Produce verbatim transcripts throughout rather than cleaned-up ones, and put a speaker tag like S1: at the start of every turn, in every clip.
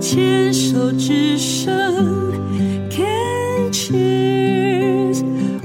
S1: 牵手之声 Can cheers。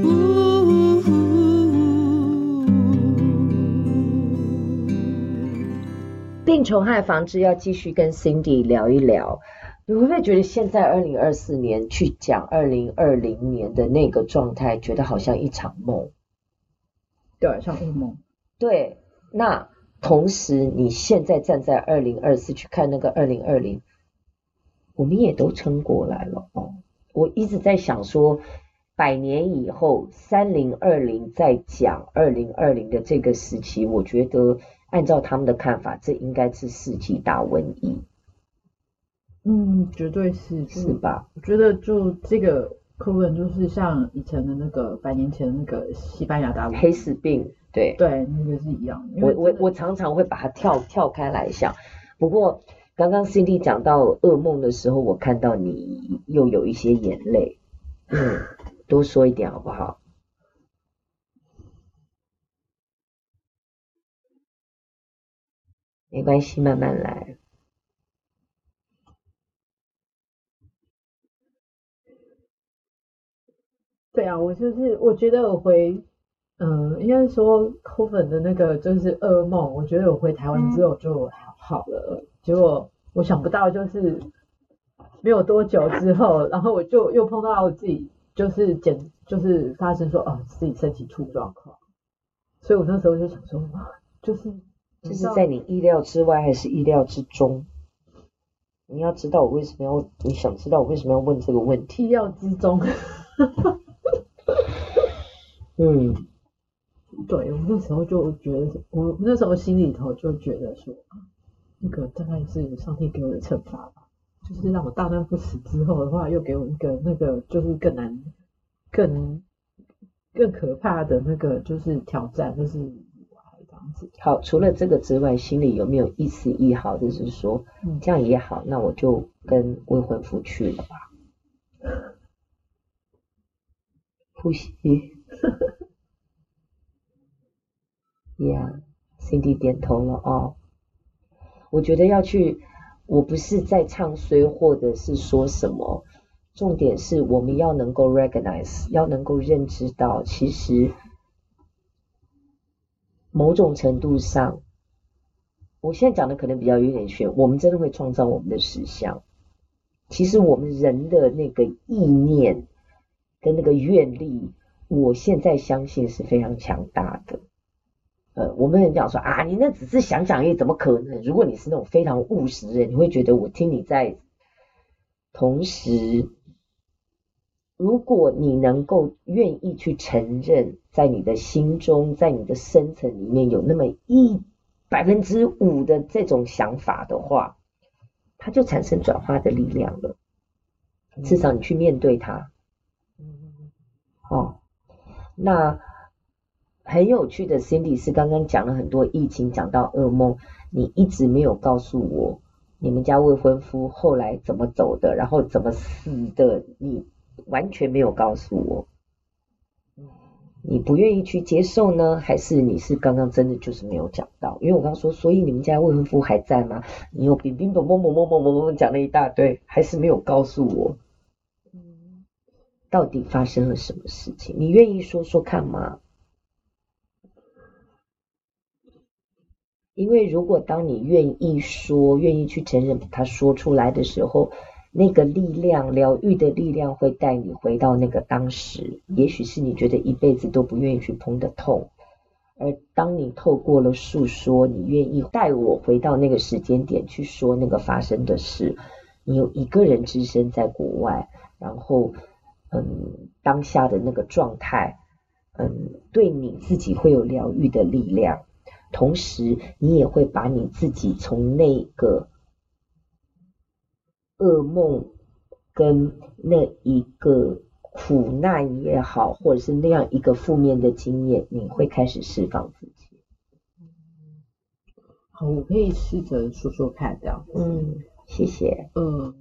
S2: 病虫害防治要继续跟 Cindy 聊一聊。你会不会觉得现在二零二四年去讲二零二零年的那个状态，觉得好像一场梦？
S3: 对，像噩梦。
S2: 对，那同时你现在站在二零二四去看那个二零二零，我们也都撑过来了哦。我一直在想说，百年以后三零二零再讲二零二零的这个时期，我觉得按照他们的看法，这应该是世纪大瘟疫。
S3: 嗯，绝对是，
S2: 是吧？
S3: 我觉得就这个 COVID 就是像以前的那个百年前的那个西班牙大瘟
S2: 黑死病，对
S3: 对，那个是一样的。
S2: 我我我常常会把它跳跳开来想，不过刚刚 Cindy 讲到噩梦的时候，我看到你又有一些眼泪，嗯，多说一点好不好？没关系，慢慢来。
S3: 对啊，我就是我觉得我回，嗯、呃，应该说 COVID 的那个就是噩梦，我觉得我回台湾之后就好好了，结果我想不到就是没有多久之后，然后我就又碰到自己就是检就是发生说哦自己身体出状况，所以我那时候就想说，就是
S2: 这是在你意料之外还是意料之中？你要知道我为什么要，你想知道我为什么要问这个问题？
S3: 意料之中。
S2: 嗯，
S3: 对，我那时候就觉得，我那时候心里头就觉得说，那个大概是上帝给我的惩罚吧，就是让我大难不死之后的话，又给我一个那个就是更难、更更可怕的那个就是挑战，就是这样子。
S2: 好，除了这个之外，心里有没有一丝一毫的是说，嗯，这样也好，那我就跟未婚夫去了吧？呼吸。Yeah, Cindy 点头了哦。我觉得要去，我不是在唱衰或者是说什么，重点是我们要能够 recognize， 要能够认知到，其实某种程度上，我现在讲的可能比较有点玄，我们真的会创造我们的实相。其实我们人的那个意念跟那个愿力，我现在相信是非常强大的。呃，我们人讲说啊，你那只是想想而已，怎么可能？如果你是那种非常务实的人，你会觉得我听你在。同时，如果你能够愿意去承认，在你的心中，在你的深层里面有那么一百分之五的这种想法的话，它就产生转化的力量了。至少你去面对它。哦，那。很有趣的 Cindy 是刚刚讲了很多疫情，讲到噩梦，你一直没有告诉我你们家未婚夫后来怎么走的，然后怎么死的，你完全没有告诉我。你不愿意去接受呢，还是你是刚刚真的就是没有讲到？因为我刚刚说，所以你们家未婚夫还在吗？你又乒乒乓乓乓乓乓乓乓讲了一大堆，还是没有告诉我，到底发生了什么事情？你愿意说说看吗？因为如果当你愿意说，愿意去承认他说出来的时候，那个力量，疗愈的力量会带你回到那个当时，也许是你觉得一辈子都不愿意去碰的痛，而当你透过了诉说，你愿意带我回到那个时间点去说那个发生的事，你有一个人之身在国外，然后嗯，当下的那个状态，嗯，对你自己会有疗愈的力量。同时你也会把你自己从那个噩梦跟那一个苦难也好，或者是那样一个负面的经验，你会开始释放自己。
S3: 好，我可以试着说说看这样。
S2: 嗯，谢谢。
S3: 嗯，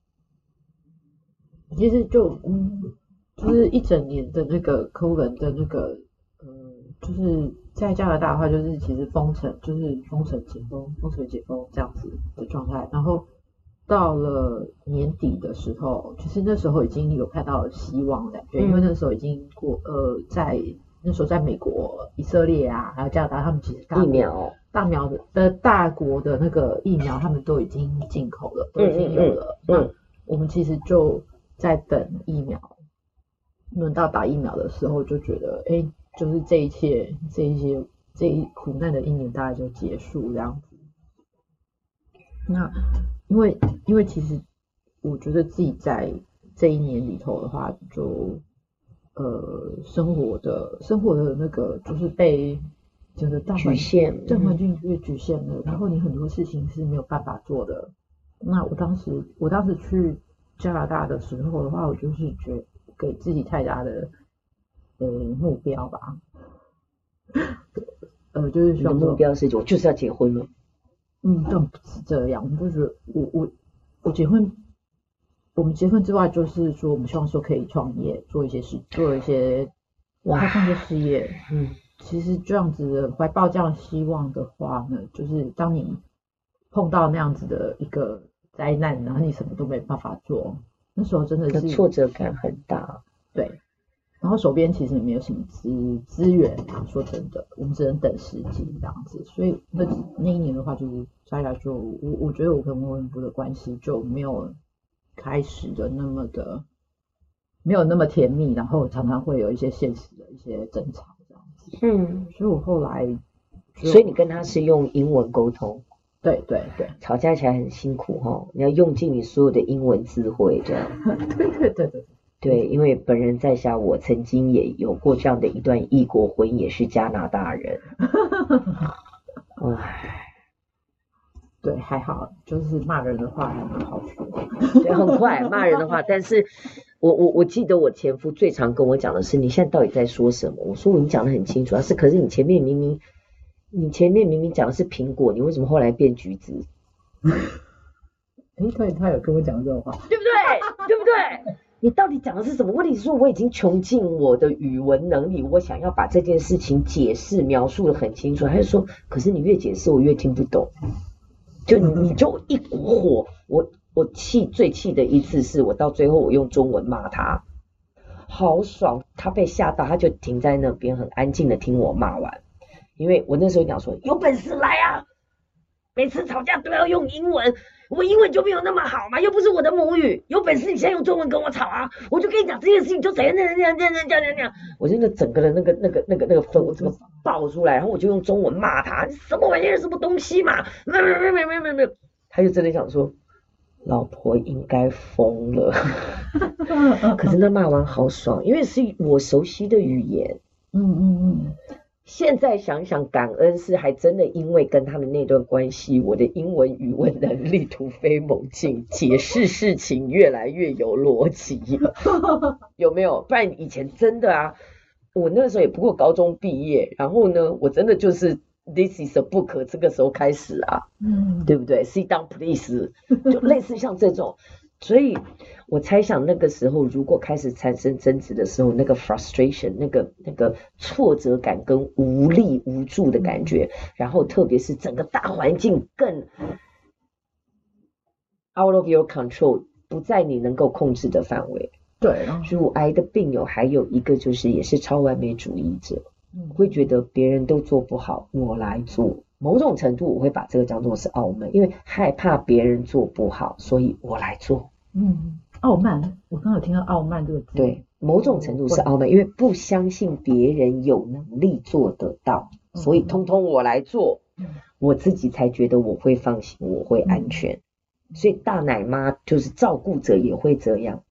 S3: 其实就嗯，就是一整年的那个 COVID 的那个嗯，就是在加拿大的话，就是其实封城，就是封城解封、封城解封这样子的状态。然后到了年底的时候，其实那时候已经有看到希望的感觉，嗯、因为那时候已经过呃，在那时候在美国、以色列啊，还有加拿大，他们其实大
S2: 疫苗大
S3: 苗的的大国的那个疫苗，他们都已经进口了，都已经有了。嗯，嗯那我们其实就在等疫苗，轮到打疫苗的时候，就觉得，哎，就是这一切，这一些，这一苦难的一年大概就结束这样子。那因为因为其实我觉得自己在这一年里头的话，就呃生活的生活的那个就是被整个大
S2: 局限，
S3: 大环境越局限了，然后你很多事情是没有办法做的。那我当时我当时去加拿大的时候的话，我就是觉得给自己太大的呃目标吧，呃就是
S2: 你的目标是我就是要结婚了。
S3: 嗯，但不是这样，就是我我我结婚，我们结婚之外，就是说我们希望说可以创业，做一些事，做一些开创的事业。嗯，其实这样子的怀抱这样希望的话呢，就是当你碰到那样子的一个灾难，然后你什么都没办法做，那时候真的是
S2: 挫折感很大。
S3: 对。然后手边其实也没有什么资资源啊，说真的，我们只能等时机这样子。所以那那一年的话，就是大家就我我觉得我跟温文部的关系就没有开始的那么的没有那么甜蜜，然后常常会有一些现实的一些争吵这样子。嗯，所以我后来，
S2: 所以你跟他是用英文沟通？
S3: 对对对，
S2: 吵架起来很辛苦哈，你要用尽你所有的英文智慧这样。
S3: 对对对对。
S2: 对，因为本人在下，我曾经也有过这样的一段异国婚，也是加拿大人。唉，
S3: 对，还好，就是骂人的话还蛮好说。
S2: 对，很快骂人的话，但是我我我记得我前夫最常跟我讲的是，你现在到底在说什么？我说我已经讲得很清楚，但是可是你前面明明你前面明明讲的是苹果，你为什么后来变橘子？
S3: 哎，对，他有跟我讲这种话，
S2: 对不对？对不对？你到底讲的是什么？问题是说我已经穷尽我的语文能力，我想要把这件事情解释描述得很清楚。他就说，可是你越解释我越听不懂，就你你就一股火。我我气最气的一次是我到最后我用中文骂他，好爽，他被吓到，他就停在那边很安静的听我骂完。因为我那时候讲说，有本事来啊，每次吵架都要用英文。我英文就没有那么好嘛，又不是我的母语，有本事你现在用中文跟我吵啊！我就跟你讲这件事情就怎样怎样怎样怎样怎样怎样，我真的整个的那个那个那个那个氛围整个爆出来，然后我就用中文骂他，什么玩意儿，什么东西嘛，没没没没没没没，他就真的想说，老婆应该疯了。可是那骂完好爽，因为是我熟悉的语言。嗯嗯嗯。现在想想感恩是还真的因为跟他的那段关系，我的英文语文能力突飞猛进，解释事情越来越有逻辑。有没有？不然以前真的啊，我那个时候也不过高中毕业，然后呢我真的就是 This is a book 这个时候开始啊，嗯，对不对？ Sit down please 就类似像这种。所以我猜想那个时候如果开始产生争执的时候，那个 frustration 那个那个挫折感跟无力无助的感觉，然后特别是整个大环境更 out of your control， 不在你能够控制的范围。
S3: 对，
S2: 乳癌的病友还有一个就是也是超完美主义者，会觉得别人都做不好我来做，某种程度我会把这个叫做是傲慢，因为害怕别人做不好，所以我来做。嗯，
S3: 傲慢，我刚刚有听到傲慢这个字。
S2: 对，某种程度是傲慢，因为不相信别人有能力做得到，嗯、所以通通我来做、嗯，我自己才觉得我会放心，我会安全。嗯、所以大奶妈就是照顾者也会这样。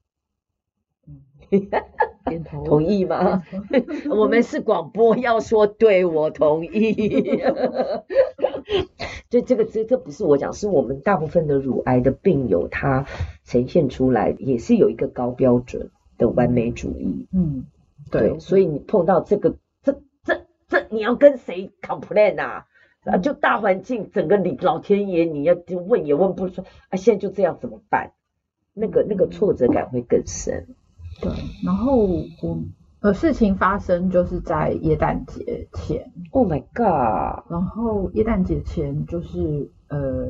S3: 点头
S2: 同意吗？我们是广播，要说对，我同意。就这个这这不是我讲，是我们大部分的乳癌的病友他呈现出来也是有一个高标准的完美主义。嗯，对，对，所以你碰到这个这这这你要跟谁 complain 啊？啊，就大环境整个你老天爷你要问也问不出啊，现在就这样怎么办？那个那个挫折感会更深。
S3: 对，然后我呃事情发生就是在耶诞节前
S2: ，Oh my god！
S3: 然后耶诞节前就是呃，因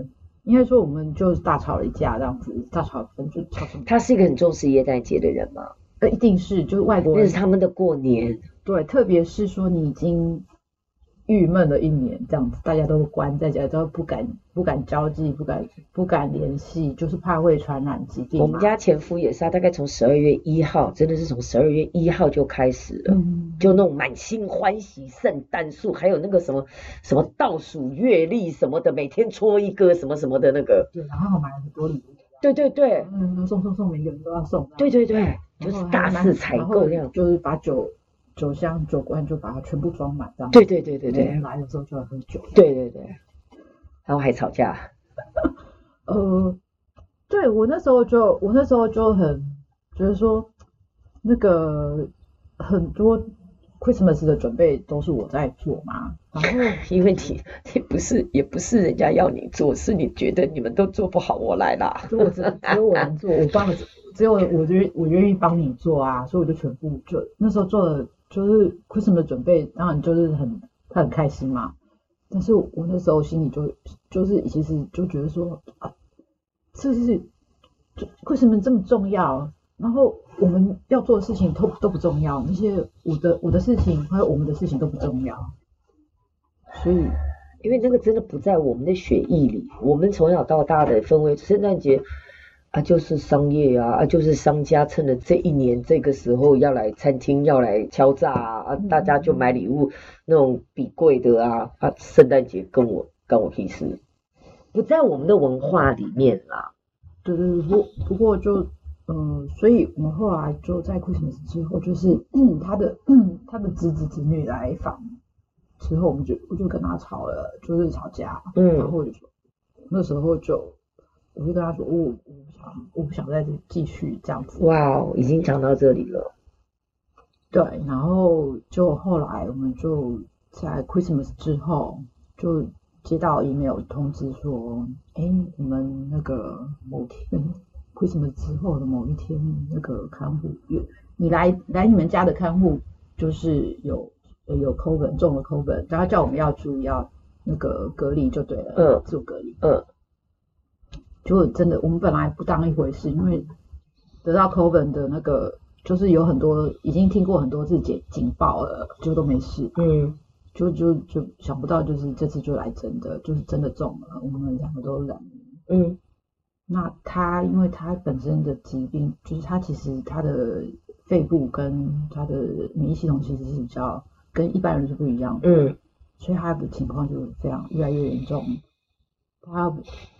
S3: 应该说我们就是大吵了一架这样子，大吵分就吵什么？
S2: 他是一个很重视耶诞节的人吗？
S3: 呃，一定是就是外国人，
S2: 那是他们的过年。
S3: 对，特别是说你已经郁闷了一年这样子，大家都关在家，都不敢不敢交际，不敢不敢联系，就是怕会传染疾病。
S2: 我们家前夫也是，他大概从十二月一号，真的是从十二月一号就开始了，嗯、就那种满心欢喜，圣诞树，还有那个什么什么倒数月历什么的，每天戳一个什么什么的那个。
S3: 对，然后买了很多礼物。
S2: 对对对，
S3: 嗯，送送送，每个人都要送。
S2: 对对对，就是大肆采购这样，
S3: 就是把酒。酒箱、酒罐就把它全部装满，这样。
S2: 对对对对对。
S3: 来的时候就要喝酒。
S2: 对对对。然后还吵架。
S3: 呃，对我那时候就我那时候就很觉得说，那个很多 Christmas 的准备都是我在做嘛，然后
S2: 因为你你不是也不是人家要你做，是你觉得你们都做不好，我来啦。
S3: 就我只只有我能做，我帮只有我愿我愿意帮你做啊，所以我就全部就那时候做了。就是 Christmas 的准备，当然就是很他很开心嘛。但是我那时候心里就就是其实就觉得说啊，这是 Christmas 这么重要，然后我们要做的事情都都不重要，那些我的我的事情还有我们的事情都不重要。所以，
S2: 因为那个真的不在我们的血液里，我们从小到大的氛围，圣诞节。啊，就是商业啊，啊，就是商家趁着这一年这个时候要来餐厅要来敲诈啊，啊大家就买礼物，那种比贵的啊，啊，圣诞节跟我跟我屁事，不在我们的文化里面啦。
S3: 对对对，不不过就嗯、呃，所以我们后来就在 Christmas 之后，就是嗯，他的嗯他的侄子侄女来访之后，我们就我就跟他吵了，就是吵架，嗯，然后我就说那时候就。我就跟他说，我我不想，我不想再继续这样子。
S2: 哇哦，已经讲到这里了。
S3: 对，然后就后来我们就在 Christmas 之后，就接到 email 通知说，哎，你们那个某天 Christmas 之后的某一天，那个看护，你来来你们家的看护就是有有 COVID 中了 COVID， 然后叫我们要注意要那个隔离就对了，嗯，自我隔离，嗯。就真的，我们本来不当一回事，因为得到 COVID 的那个，就是有很多已经听过很多次警警报了，就都没事。嗯，就就就想不到，就是这次就来真的，就是真的中了，我们两个都染。嗯，那他因为他本身的疾病，就是他其实他的肺部跟他的免疫系统其实是比较跟一般人是不一样的。嗯，所以他的情况就非常越来越严重。他。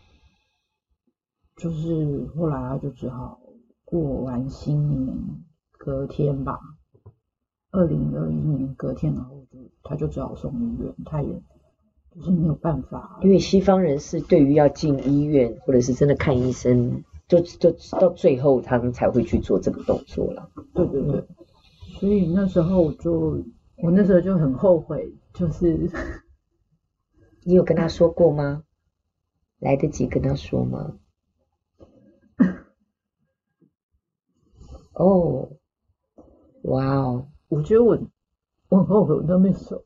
S3: 就是后来他就只好过完新年隔天吧，二零二一年隔天，然后就他就只好送医院，他也就是没有办法。
S2: 因为西方人是对于要进医院或者是真的看医生，就就到最后他们才会去做这个动作了。
S3: 对对对，所以那时候就我那时候就很后悔，就是
S2: 你有跟他说过吗？来得及跟他说吗？哦，哇哦！
S3: 我觉得我我很后悔我都没说，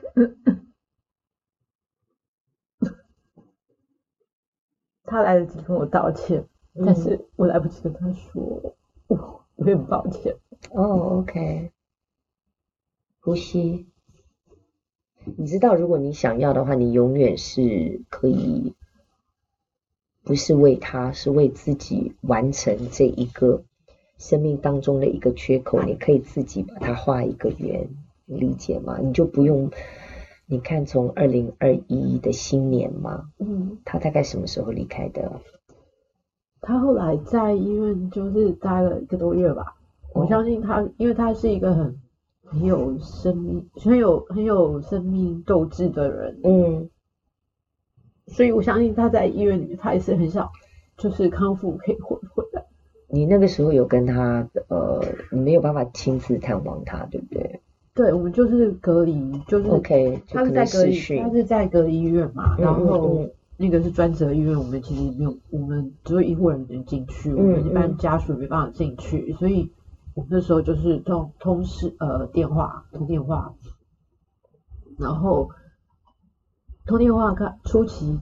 S3: 他来得及跟我道歉，嗯、但是我来不及跟他说，我我很抱歉。
S2: 哦 ，OK， 呼吸。你知道，如果你想要的话，你永远是可以，不是为他，是为自己完成这一个。生命当中的一个缺口，你可以自己把它画一个圆，你理解吗？你就不用，你看从二零二一的新年嘛，嗯，他大概什么时候离开的？
S3: 他后来在医院就是待了一个多月吧。哦、我相信他，因为他是一个很很有生命、很有很有生命斗志的人，嗯，所以我相信他在医院里面，他也是很想就是康复可以回回来。
S2: 你那个时候有跟他呃，你没有办法亲自探望他，对不对？
S3: 对，我们就是隔离，就是
S2: OK，
S3: 他是在隔离，他是在隔离医院嘛，然后那个是专责医院，我们其实没有，我们只有医护人员进去，我们一般家属没办法进去，所以我们那时候就是通通视呃电话通电话，然后通电话看初期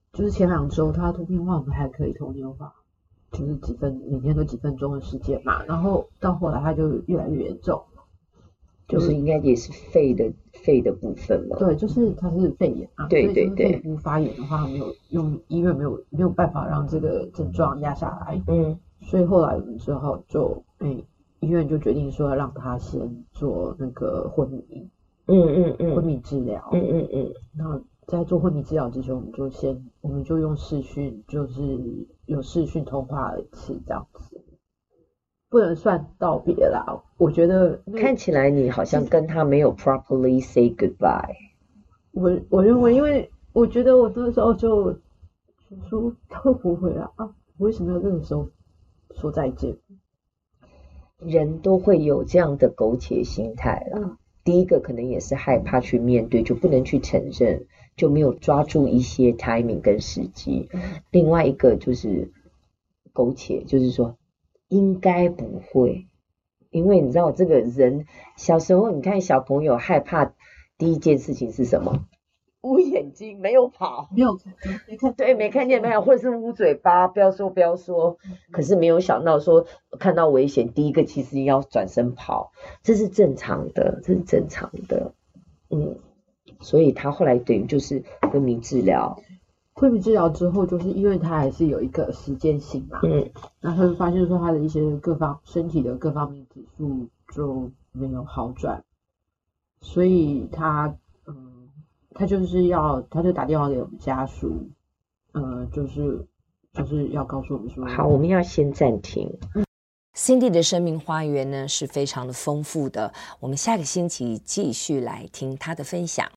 S3: 就是前两周他通电话我们还可以通电话，就是几分每天都几分钟的时间嘛，然后到后来他就越来越严重，
S2: 就是应该也是肺的肺的部分嘛。
S3: 对，就是他是肺炎啊，
S2: 对对对，
S3: 肺部发炎的话，没有用医院没有没有办法让这个症状压下来，
S2: 嗯，所
S3: 以后来我们之后就哎医院就决定说要让他先做那个昏迷，
S2: 嗯嗯嗯，
S3: 昏迷治疗，
S2: 嗯嗯嗯，
S3: 那在做昏迷治疗之前，我们就先我们就用视讯，就是有视讯通话一次这样子。不能算道别啦，我觉得
S2: 看起来你好像跟他没有 properly say goodbye。
S3: 我我认为，因为我觉得我那时候就就说他会不会啊？啊，为什么要这个时候说再见？
S2: 人都会有这样的苟且心态啦。
S3: 嗯，
S2: 第一个可能也是害怕去面对，就不能去承认，就没有抓住一些 timing 跟时机。
S3: 嗯，
S2: 另外一个就是苟且，就是说。应该不会，因为你知道这个人小时候，你看小朋友害怕第一件事情是什么？捂眼睛，没有跑，
S3: 没有看，没看，
S2: 对，没看见，没有，或者是捂嘴巴，不要说，不要说。可是没有想到说，看到危险，第一个其实要转身跑，这是正常的，这是正常的，嗯，所以他后来等于就是昏迷治疗。
S3: 昏迷治疗之后，就是因为他还是有一个时间性嘛，
S2: 嗯，
S3: 然后他就发现说他的一些各方身体的各方面指数就没有好转，所以他嗯，他就是要他就打电话给我们家属，呃，就是就是要告诉我们说，
S2: 好，我们要先暂停。
S4: Cindy 的生命花园呢是非常的丰富的，我们下个星期继续来听她的分享。